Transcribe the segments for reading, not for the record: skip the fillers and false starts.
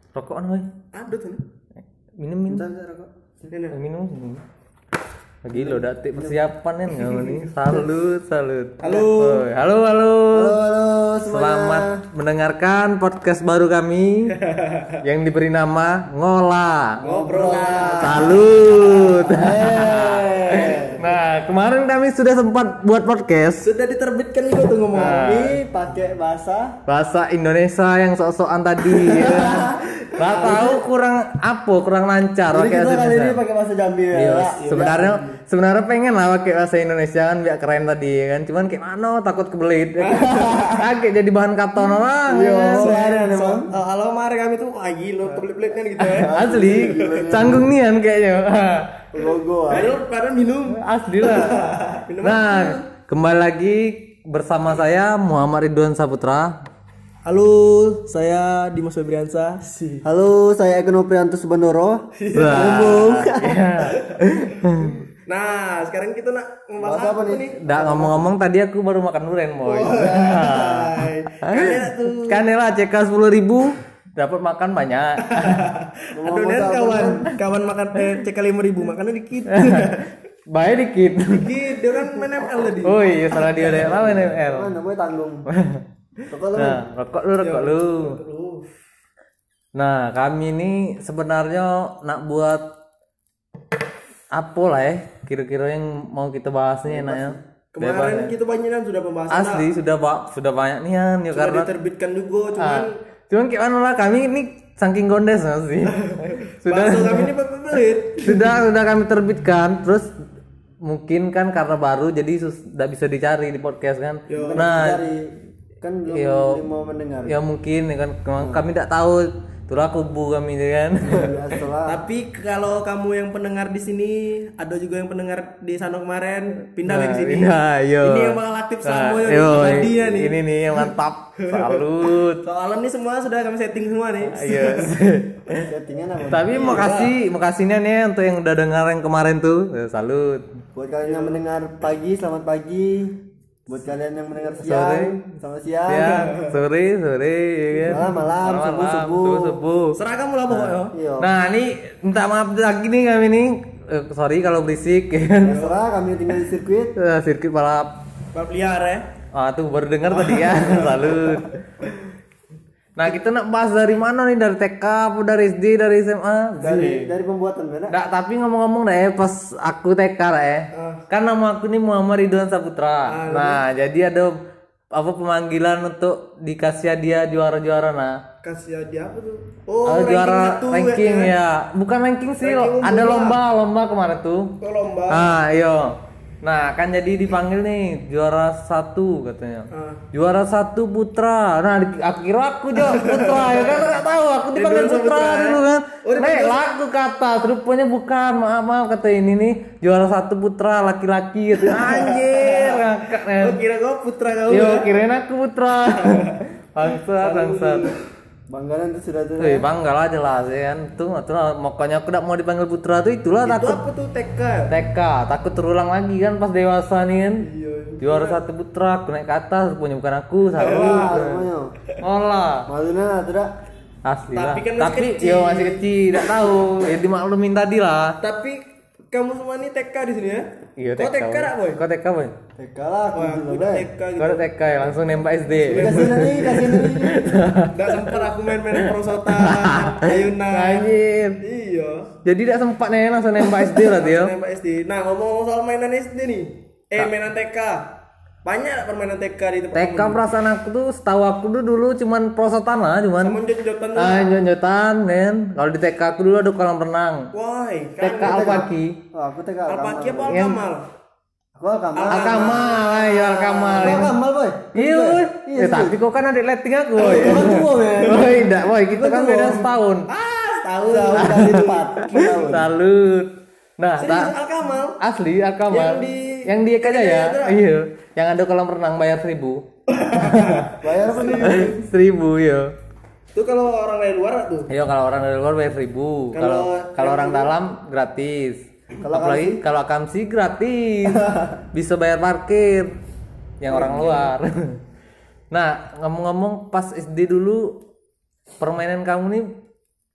Rokok nih. Ada tuh. Minum. Minum. Lagi lo datik persiapan kan kamu nih. Salut. Halo. Halo. Halo semuanya. Selamat mendengarkan podcast baru kami yang diberi nama Ngobrol lah. Salut. Nah, kemarin kami sudah sempat buat podcast Sudah diterbitkan juga tuh ngomong. Ini pakai bahasa Indonesia yang sok-sokan tadi. Nggak tahu kurang lancar Jadi pakai kita bahasa kali ini Indonesia. pakai bahasa Jambi ya. Iya, Pak. sebenarnya pengen lah pakai bahasa Indonesia kan biar keren tadi ya kan. Cuman kayak mana takut kebelit. Kayak jadi bahan katon orang. Suara memang. Halo, mari kami tuh gila kebelit-belit kan gitu ya. Asli, canggung nian kayaknya. Logo. Padahal minum. Asli lah. Nah, kembali lagi bersama saya Muhammad Ridwan Saputra. Halo, saya Dimas Febriansa. Halo, saya Eko Prianto Subandoro. Nah, sekarang kita nak Bahas ngebahas apa apa nih? nih? Nggak ngomong-ngomong tadi aku baru makan durian, boy. Kalian tuh. Kan ya lah CK 10.000 dapat makan banyak. Aduh, nih kawan makan CK 5.000 makannya dikit. Bayar dikit. Dikit, dia kan main ML tadi. Oh iya, salah dia deh. Lawan ML. Mana namanya tanggung. Nah, rokok lu. Nah, kami ini sebenarnya nak buat apa lah ya? Kira-kira yang mau kita bahas nih enaknya. Kemarin kita banyak kan sudah pembahasan. Asli sudah banyak nih ya Sudah karena diterbitkan juga, cuman kayak mana lah kami ini saking gondes sih. Sudah kami ini pelit. sudah kami terbitkan terus mungkin kan karena baru jadi tidak bisa dicari di podcast kan. Nah, Kan belum mau mendengar. ya mungkin ya kan kami tidak tahu itulah kubu kami kan. Tapi kalau kamu yang pendengar di sini, ada juga yang pendengar di sana kemarin pindah lagi ke sini. Ini yang bakal aktif sama dia nih. Ini nih yang mantap. Salut. Soalnya nih semua sudah kami setting semua nih. Iya. Settingan apa? Tapi makasihnya nih untuk yang udah dengar yang kemarin tuh. Salut. Buat kalian yang mendengar pagi, selamat pagi. Buat kalian yang mendengar siang, selamat siang. Sore, ya kan. Malam, subuh. Seragam lah pokoknya. Iya. Nah, ini minta maaf lagi nih kami nih. Sorry kalau berisik ya kan. Terserah kami tinggal di sirkuit. Sirkuit balap. Balap liar ya. Tuh baru dengar tadi ya. Salut. Nah, kita nak bahas dari mana nih? Dari TK apa dari SD, dari SMA? Dari pembuatan benar. Nggak, tapi ngomong-ngomong deh pas aku TK lah ya. Kan nama aku nih Muhammad Ridwan Saputra. Nah, jadi ada apa pemanggilan untuk dikasih dia juara-juara nah. Kasih dia apa tuh? Juara ranking ya. Bukan ranking sih, ada lomba kemarin tuh. Lomba. Iya. Nah, kan jadi dipanggil nih juara 1 katanya. Juara 1 putra. Nah, akhirnya aku juara putra ya kan enggak tahu aku dipanggil putra dulu kan. Laku kata, rupanya bukan. Maaf kata ini nih juara 1 putra laki-laki gitu. Anjir, ngakak nih. Kira kau putra kau. Yo, kirain aku putra. Bangsat. Banggalan tuh sudah tuh. Bangga lah jelas ya kan. Tuh makanya aku tidak mau dipanggil putra tuh itulah Itu takut. apa tuh TK? TK takut terulang lagi kan pas dewasa nih kan. Juara 1 putra aku naik ke atas punya bukan aku Semuanya. olah Malunya tidak. asli lah Tapi kan masih kecil. masih kecil tidak tahu ya dimaklumin tadi lah. Tapi kamu semua nih TK di sini ya? Iya Kau TK enggak, Boy? kau TK boy TK lah aku Wah, juga, udah Bay. TK gitu. kau ada TK ya langsung nembak SD Kasih nih. Enggak sempat aku main prosotan, ayunan. anjir Iya. jadi tidak sempat nih langsung nembak SD lah dia. Nembak SD. Nah, ngomong soal mainan SD nih. Mainan TK. Banyak permainan TK di tempat TK perasaan aku tuh setahu aku tuh dulu cuman prosotan lah cuman kamu jot-jotan tuh. jotan men kalau di TK aku dulu ada kolam renang Wah, TK Alpaki Oh, aku TK. Alpaki apa Alkamal? Aku Alkamal. Alkamal ya Alkamal Alkamal, Boy. iya tapi kok kan ada letting aku boy Kan tua, men. boy enggak boy kita kan beda setahun Setahun. Jauh dari 4 tahun. salut nah Serius Alkamal? asli Alkamal yang di Eka Eka Jaya Jaya, iya yang ada kolam renang bayar 1.000 Bayar apa nih? 1.000 ya Itu kalau orang dari luar tuh. iya kalau orang dari luar bayar 1.000 kalau orang dalam gratis apalagi kalau akamsi gratis bisa bayar parkir yang orang luar. Nah ngomong-ngomong pas SD dulu permainan kamu nih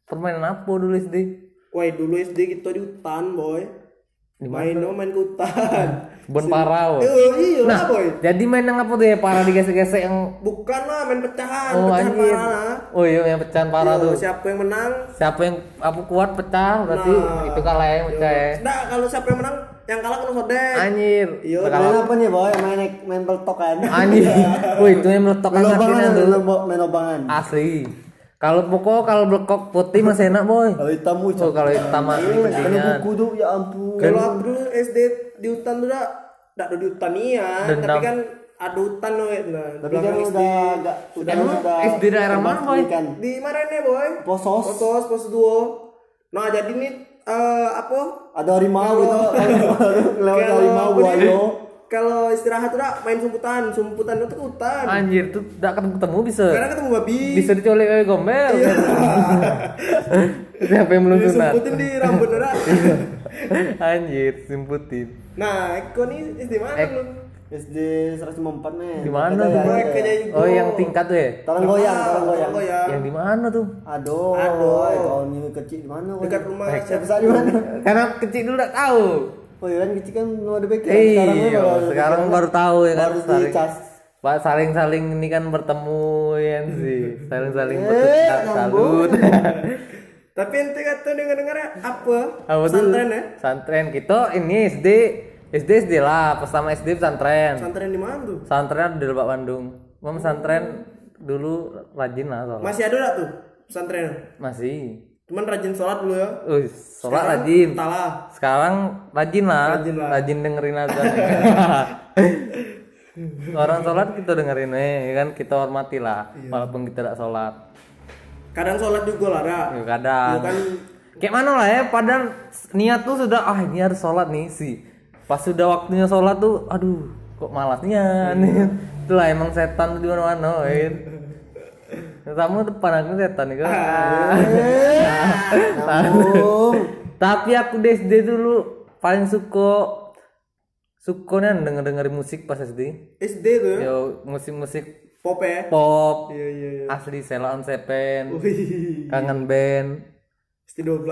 permainan apa dulu SD? Wah, dulu SD kita di hutan, boy. Main ke hutan. Bon parau. Iya, nah, boy. Jadi main yang apa tuh ya? Parah digesek-gesek yang bukan lah, main pecahan, oh, pecahan anjir. parah lah. Oh iya, yang pecahan parah tuh. Siapa yang menang? Siapa yang apa kuat pecah berarti itu kalah ya pecah ya. Nah, kalau siapa yang menang, yang kalah kena sodet. Anjir. Iya, main apa nih, boy? Main peletokan. Anjir. Wih, itu yang meletokan kakinya tuh. Main lobangan. Asli. Kalau blekok putih masih enak, boy. Kalau hitam oh, kalau hitam asli kan buku tuh ya ampun. Kalau aku dulu SD di hutan tuh enggak di hutan iya, tapi kan ada hutan loh. Nah, tapi kan udah SD daerah mana, boy? Di Marene, boy. Pos 2. Nah, jadi nih apa? Ada harimau gitu. Lewat harimau buaya. Kalau istirahat udah main sumputan itu ke hutan. Anjir, tuh enggak ketemu bisa. Karena ketemu babi. Bisa dicolek kayak gombel. Iya. Siapa yang belum sunat? Sumputin di rambut udah. Anjir, sumputin. Nah, Eko nih SD mana lu? SD 104 nih. Di mana tuh? Oh, yang tingkat tuh ya? Tarang goyang. Yang di mana tuh? Aduh. Kalau ini kecil di mana? Dekat rumah. Siapa di mana? Karena kecil dulu enggak tahu. Oh iya kan kecil kan belum ada backing. Sekarang baru tahu ya kan. Baru saling ini kan bertemu ya sih. Saling salut. Tapi ente kata dengar apa? Pesantren ya? Pesantren kita ini SD lah, pertama SD pesantren. Pesantren di mana tuh? Pesantren di Lebak Bandung. Pesantren dulu rajin lah soalnya. Masih ada enggak tuh pesantren? Masih. Cuman rajin sholat dulu ya. Sholat rajin. Salah. Sekarang rajin lah. Rajin dengerin azan. Orang sholat kita dengerin kan kita hormati lah. Walaupun kita tidak sholat. Kadang sholat juga lah, kadang. Kan kayak mana lah ya, padahal niat tuh sudah ini harus sholat nih sih. Pas sudah waktunya sholat tuh, aduh kok malasnya nih. Itulah emang setan di mana-mana kamu depan aku setan nih kan. Tapi aku di SD dulu paling sukonya denger musik pas SD. SD tuh ya? Yo, musik pop ya? Pop. Iya. Asli Sheila on Seven. Kangen Band. ST12.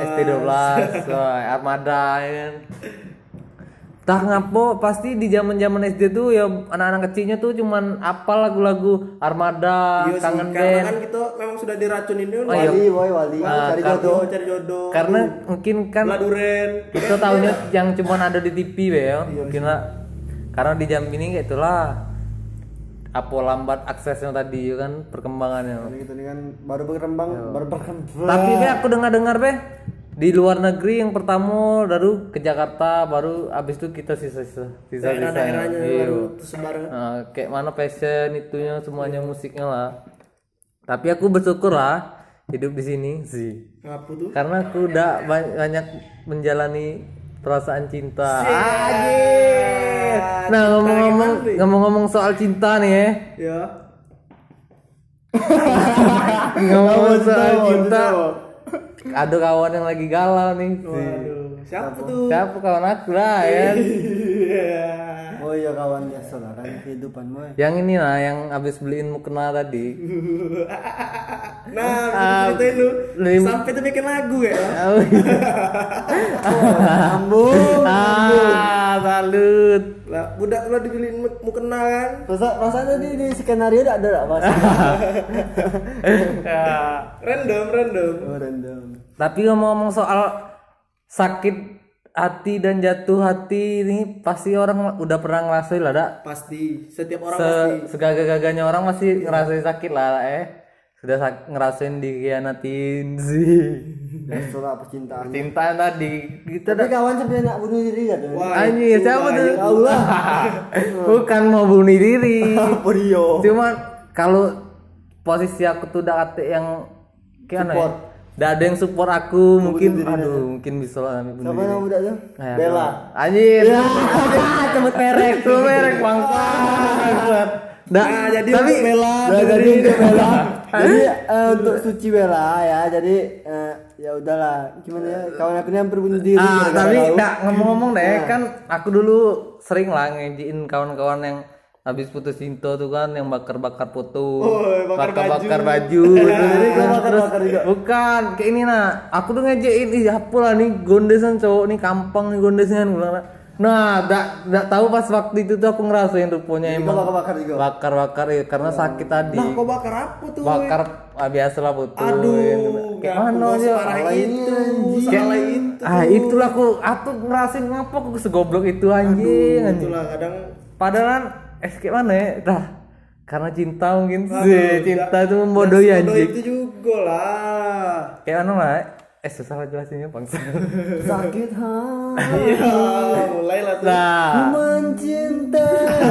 Armada ya kan. Tah ngapo pasti di zaman-zaman SD tuh ya anak-anak kecilnya tuh cuman apal lagu-lagu Armada, Kangen Band. Karena kan kita memang sudah diracunin dulu. Wali. Cari jodoh. Karena mungkin kan Laduren. Kita tahunya yang cuman ada di TV ya. Mungkin lah. Karena di jam ini kayak itulah. Apa lambat aksesnya tadi kan perkembangannya. Gitu nih kan baru berkembang. Tapi aku dengar di luar negeri yang pertama baru ke Jakarta, baru abis itu kita sisa-sisanya baru tersebar. Kayak mana passion itunya semuanya musiknya lah. Tapi aku bersyukur lah hidup di sini sih. Apa tuh? Karena aku udah banyak menjalani perasaan cinta. Nah, ngomong-ngomong soal cinta nih ya. Ngomong soal cinta. Ada kawan yang lagi galau nih. Waduh, siapa tuh? Siapa kawan aku lah ya. Oh iya kawan biasa lah kan kehidupanmu. Yang ini lah yang habis beliin mukena tadi. Nah, ceritain lu. Sampai tuh bikin lagu ya. Ambung. Salut. Lah, budak lu dibeliin mukena kan. Rasanya di skenario ada enggak Mas? Random. Oh, random. Tapi ngomong-ngomong soal sakit hati dan jatuh hati ini pasti orang udah pernah ngerasain lah, dak? Pasti, setiap orang pasti. Segagah-gagahnya orang masih ngerasain sakit lah, sudah ngerasain dikhianatin sih. Soal percintaan. Cintaan tadi kita tapi kawan sebenarnya nak bunuh diri kan? Anjir, siapa tuh? Kau lah. Bukan mau bunuh diri. Rio. Cuma kalau posisi aku tuh udah kate yang kayak apa ya? Nggak ada yang support aku, mungkin mungkin bisa lah bunuh diri. Siapa yang muda tuh? Bella. Anjir. Cemut merek bangsat. Nah, jadi tapi Bella, jadi untuk Suci Bella ya. Jadi ya udahlah, gimana ya? Kawan aku ini hampir bunuh diri. Tapi ngomong-ngomong deh, kan aku dulu sering lah ngejiin kawan-kawan yang habis putus cinta tuh kan yang bakar-bakar foto, bakar baju. Jadi gua bakar juga. Bukan, kayak ini nah. Aku tuh ngejein, ih apa lah nih gondesan cowok nih kampang nih gondesan. Nah, enggak tahu pas waktu itu tuh aku ngerasain rupanya emang bakar juga. Bakar ya karena sakit tadi. Nah, kok bakar apa tuh? Bakar biasalah foto. Aduh, kayak mana ya? Salah itu. Itulah aku ngerasain ngapa aku segoblok itu anjing. Itulah kadang padahal kayak mana ya? Dah, karena cinta mungkin sih. Cinta itu membodohi anjing. Itu juga lah. Kayak mana lah? Susah lah jelasinnya bangsa. Sakit hati. Iya, mulailah tuh. Nah, Mencinta.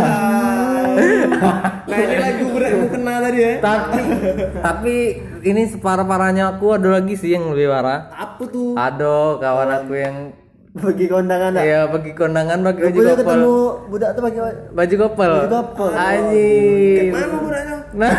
Nah, ini lagu beratmu kena tadi ya. tapi ini separah-parahnya aku ada lagi sih yang lebih parah. Apa tuh? Ada kawan aku yang Pergi kondangan enggak? iya pergi kondangan pakai baju Punya couple. ketemu budak tuh pakai Baju couple. Baju couple. Anjing. Mana budaknya? Nah,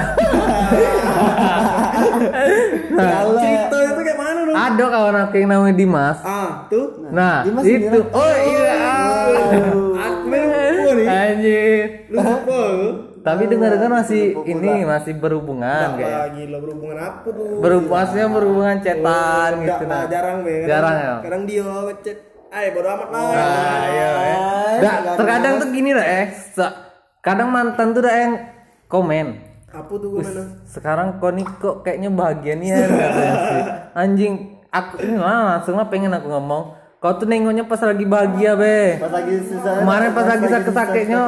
Cerita itu kayak mana dong? ada kawan aku yang namanya Dimas. Tuh. Nah, Dimas itu. ini Oh iya. Aku lupa nih. Anjir. Lupa. Tapi dengar-dengar masih berhubungan kayak. Lagi lo berhubungan apa tuh? Berhubungan cetan gitu nah. Jarang be. Jarang ya. Kadang dia ngechat. Bodo amat lah. Nah, iya. Terkadang tuh gini lah kadang mantan tuh udah yang komen. Apa tuh gimana? Sekarang kok nih kok kayaknya bahagia nih ya katanya sih. Anjing, aku ini langsung lah pengen aku ngomong. Kau tuh nengoknya pas lagi bahagia be. Pas lagi susah. Kemarin pas lagi sakit-sakitnya.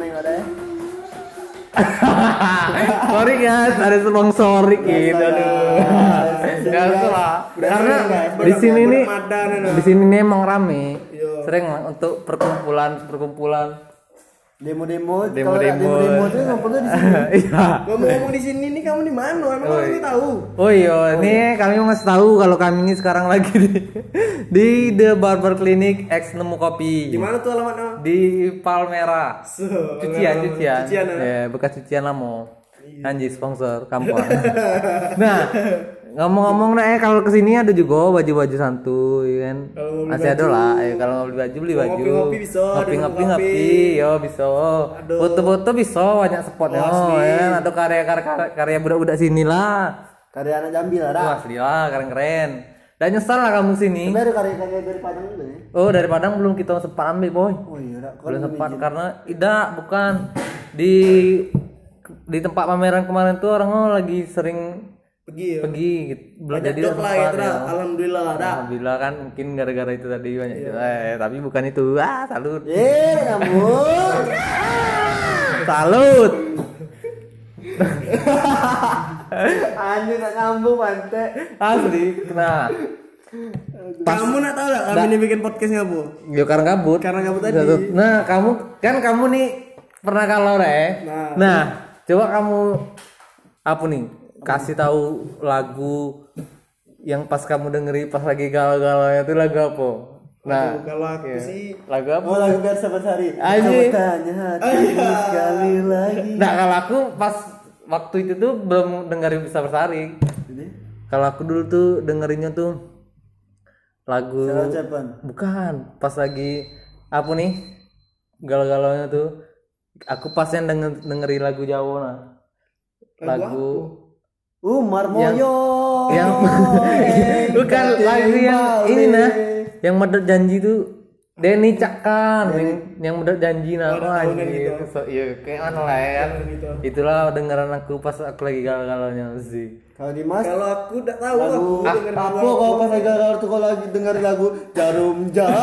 Sorry guys, ada sponsorik gitu. Gak salah. Karena di sini nih emang rame. Sering untuk perkumpulan. Demo itu ngumpulnya di sini. Iya. Ngomong di sini nih kamu di mana? Emang kamu ini tahu? Oh iya, nih kami mau ngasih tahu kalau kami ini sekarang lagi di The Barber Clinic X Nemu Kopi. Di mana tuh alamatnya? Di Palmera. Cucian. Cucian. Ya, bekas cucian lah mau. Anjir sponsor kampung. Nah, ngomong-ngomong kalau kesini ada juga baju-baju santuy kan. Masih ada lah. Kalau mau beli baju. Ngopi-ngopi bisa. Ngopi, yo bisa. Foto-foto bisa banyak spotnya. Kan ada karya budak-budak sini lah. Karya anak Jambi lah. Asli lah, keren-keren. Dan nyesal lah kamu sini. Baru karya-karya dari Padang juga ya. Oh, dari Padang belum kita sempat ambil, boy. Oh iya, Belum sempat karena bukan di tempat pameran kemarin tuh orang lagi sering pergi gitu. Belum jadi job lah gitu dah. Alhamdulillah lah dah. Alhamdulillah kan mungkin gara-gara itu tadi banyak. Tapi bukan itu. Salut. Kamu. Salut. Anjir nak nyambung pantai. Asli. Nah, kamu nak tahu gak kami ini bikin podcast ngabu? ya karena gabut. Tadi. Nah, kamu nih pernah kalau Nah, coba kamu apa nih? Kasih tahu lagu yang pas kamu dengeri pas lagi galau-galaunya itu lagu apa? Nah, kalau aku sih lagu apa? Oh, lagu biar sabar hari. Anjing. Tanya hatimu sekali lagi. Nah, kalau aku pas waktu itu tuh belum dengerin Bisa Bersari. Kalau aku dulu tuh dengerinnya tuh lagu bukan pas lagi apa nih galau-galaunya tuh aku pas yang dengerin lagu Jawa nah. Lagu Marmoyo yang bukan lagu yang ini nah yang Medot Janji tuh Denny Cakkan yang Medot Janji nah anjir iya kayak mana lah ya itulah dengeran aku pas aku lagi galau-galaunya sih. Kalau Dimas, kalau aku udah tahu apa kalau pas lagi galau tuh kalau lagi dengerin lagu jarum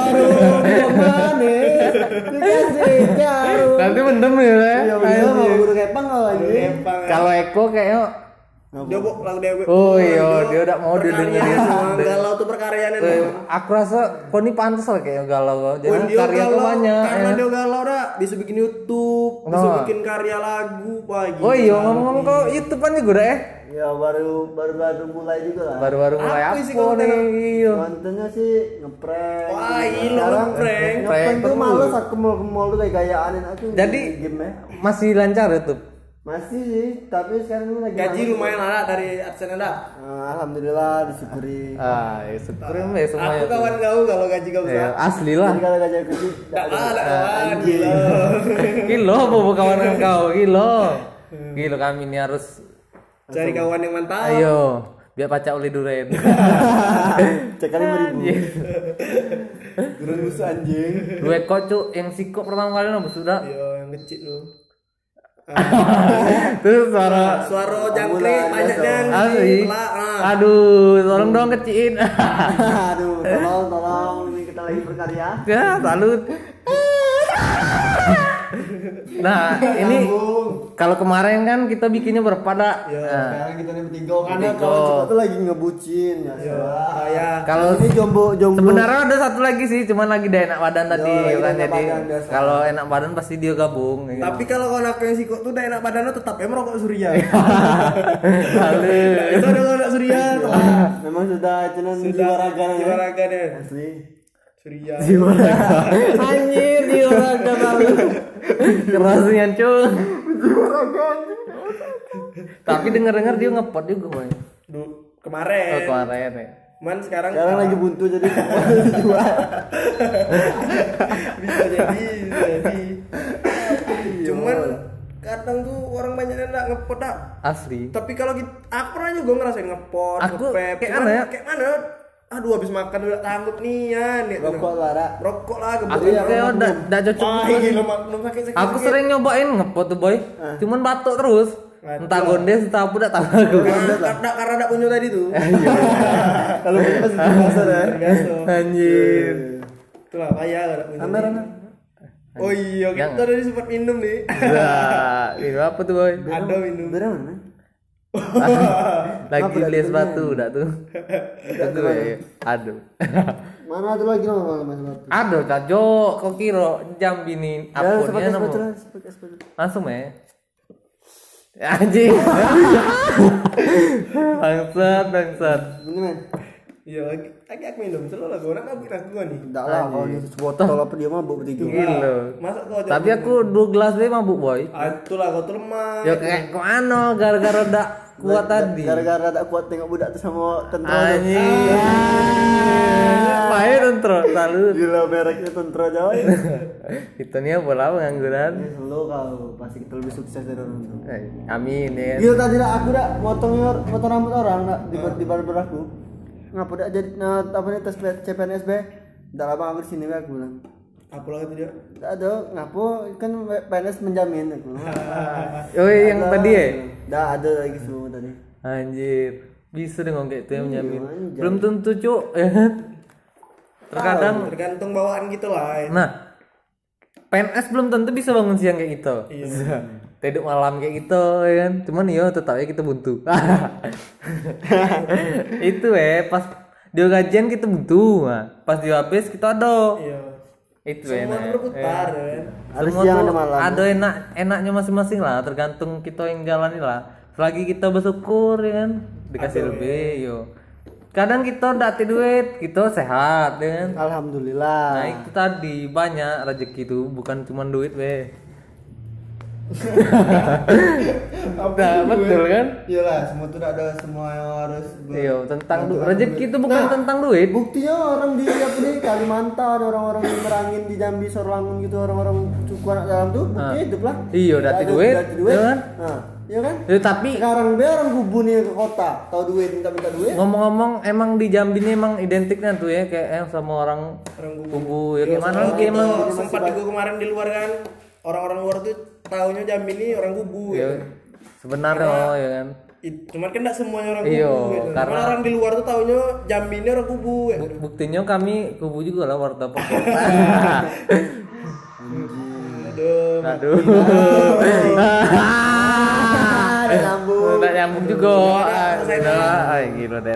manis dikasih jarum nanti mendem ya iya mau guru kepang kalau lagi kalau Eko kayaknya dia lagu dia oh iya dia udah mau dengerin galau tuh perkaryaannya aku rasa kok ini pantas lah kayak galau jadi karya tuh banyak karena dia galau dah bisa bikin YouTube bisa bikin karya lagu pagi oh iya ngomong-ngomong kok YouTube kan juga deh ya baru mulai juga lah baru mulai apa nih iya kontennya sih ngeprank wah iya ngeprank tuh males aku mau tuh kayak gayaanin aku jadi masih lancar YouTube Masih sih, tapi sekarang lagi Gaji lumayan ada dari AdSense ada. Alhamdulillah disyukuri. Ya syukurin deh semuanya. Aku kawan kau kalau gaji kau besar. Asli lah. Jadi kalau gaji aku sih Enggak ada kawan. Gila. Kilo bobo kawan kau, kilo kami ini harus Cari kawan yang mantap. ayo biar pacak oleh duren. cek kali 5.000. Turun musuh anjing. Dua kocok yang sikok pertama kali nambah sudah. Iya, yang kecil lu. Terus suara jangkrik banyak dan asli. Aduh, tolong dong kecilin. Aduh, tolong ini kita lagi berkarya. Ya, salut. Nah, ini kalau kemarin kan kita bikinnya berpada. Sekarang kita nih bertiga karena kalau kita tuh lagi ngebucin ya. Kalau ini jombo. Sebenarnya ada satu lagi sih, cuman lagi dah enak badan tadi lagi kan, enak jadi badan, biasa. kalau enak badan pasti dia gabung. Tapi kalau anak yang sikok tuh udah enak badannya tetap ya merokok Surya. Lalu Itu ada anak Surya. Memang sudah cuman jiwa raga deh. asli. Surya. anjir dia raga lalu. Kerasnya cuy. Tapi dengar-dengar dia ngepot juga, Boy. Kemarin. Kemarin ya. Man sekarang Lagi buntu jadi dijual. bisa jadi. Cuman kadang tuh orang banyak yang enggak ngepot dah. Asli. Tapi kalau aku pernah juga ngerasain ngepot, Aku ngepep. kayak Cuman mana ya? Kayak mana? Aduh habis makan udah tanggup nian ya. Rokok Lara. Rokok lah Aku kayak udah cocok. Gila maklum sakit. Aku sering nyobain ngepot tuh, Boy. Cuman batuk terus. Entah gondes, entah apa, tak tahu aku. Karena ada punya tadi tuh. Kalau punya pasti biasa ya. Anjir. Itulah payah ada punya. Amer. Oh iya, kita tadi sempat minum nih. Nah, ini apa tuh, Boy? Ada minum. Bener mana? Lagi les batu udah tuh. Itu ya. Aduh. Mana ada lagi nama Mas Batu? Aduh, Cajo, kok kira jam ini apunnya nemu. Langsung ya. Anjing. Bangsat. Ini men. Iya, lagi aku minum. Selalu lah, gue nak mabuk aku nih. Enggak lah kalau dia sebotol apa dia mabuk bertiga. Gila. Masa kau Tapi aku 2 gelas deh mabuk, Boy. Itulah kau tuh lemah. Ya kayak kok ano gara-gara udah kuat tadi. Gara-gara tak kuat tengok budak tuh sama tentara. Anjing. Main tentro, salut. Gila mereknya tentara Jawa ya. Itu nih bola pengangguran. Lo kau pasti kita lebih sukses dari orang itu. Amin ya. Gila tadi dah aku dah motong rambut orang dah di barber aku. Ngapa dah jadi apa nih tes CPNSB? Dah lama aku di sini aku bilang. Apa lagi tuh dia? Tak ada, ngapo kan PNS menjamin aku. Oh yang tadi ya? Dah ada lagi semua tadi. Anjir, bisa deh ngomong kayak itu yang menjamin. anjay. Belum tentu cuk, ya kan? Tergantung bawaan gitu lah. Nah, PNS belum tentu bisa bangun siang kayak gitu. Iya. Tidur malam kayak gitu, ya kan? Cuman ya tetapnya kita buntu. Itu pas di gajian kita buntu, pas di habis kita ada. Iya. Itu Semua enak. berputar kan. Ada Semua siang tuh ada malam. ada enaknya masing-masing lah, tergantung kita yang jalani lah. Selagi kita bersyukur ya kan, dikasih lebih yo. Kadang kita ndak duit, kita sehat ya kan. Alhamdulillah. Nah itu tadi banyak rezeki itu, bukan cuma duit betul kan? Iyalah, semua tuh ada semua yang harus. Iya, tentang rezeki itu bukan tentang duit. Buktinya orang di apa nih Kalimantan, orang-orang di Merangin, di Jambi, Sorlangun gitu, orang-orang suku anak dalam tuh bukti hidup lah. Iya, dati duit, ya kan? Nah, iya kan? Ya, tapi Sekarang dia orang kubu nih ke kota, tahu duit minta duit. ngomong-ngomong emang di Jambi ini emang identiknya tuh ya kayak yang sama orang kubu ya kayak mana lagi emang Sempat juga kemarin di luar kan. Orang-orang luar tuh taunya Jambi ini orang kubu ya, ya. sebenarnya ya kan. Cuman kan enggak semuanya orang kubu Iya, gitu. karena- Karena orang di luar tuh taunya Jambi ini orang kubu ya. Buktinya kami kubu juga lah warta pokok. Aduh. Aduh. Ada nyambung. Nggak nyambung juga. Gila deh.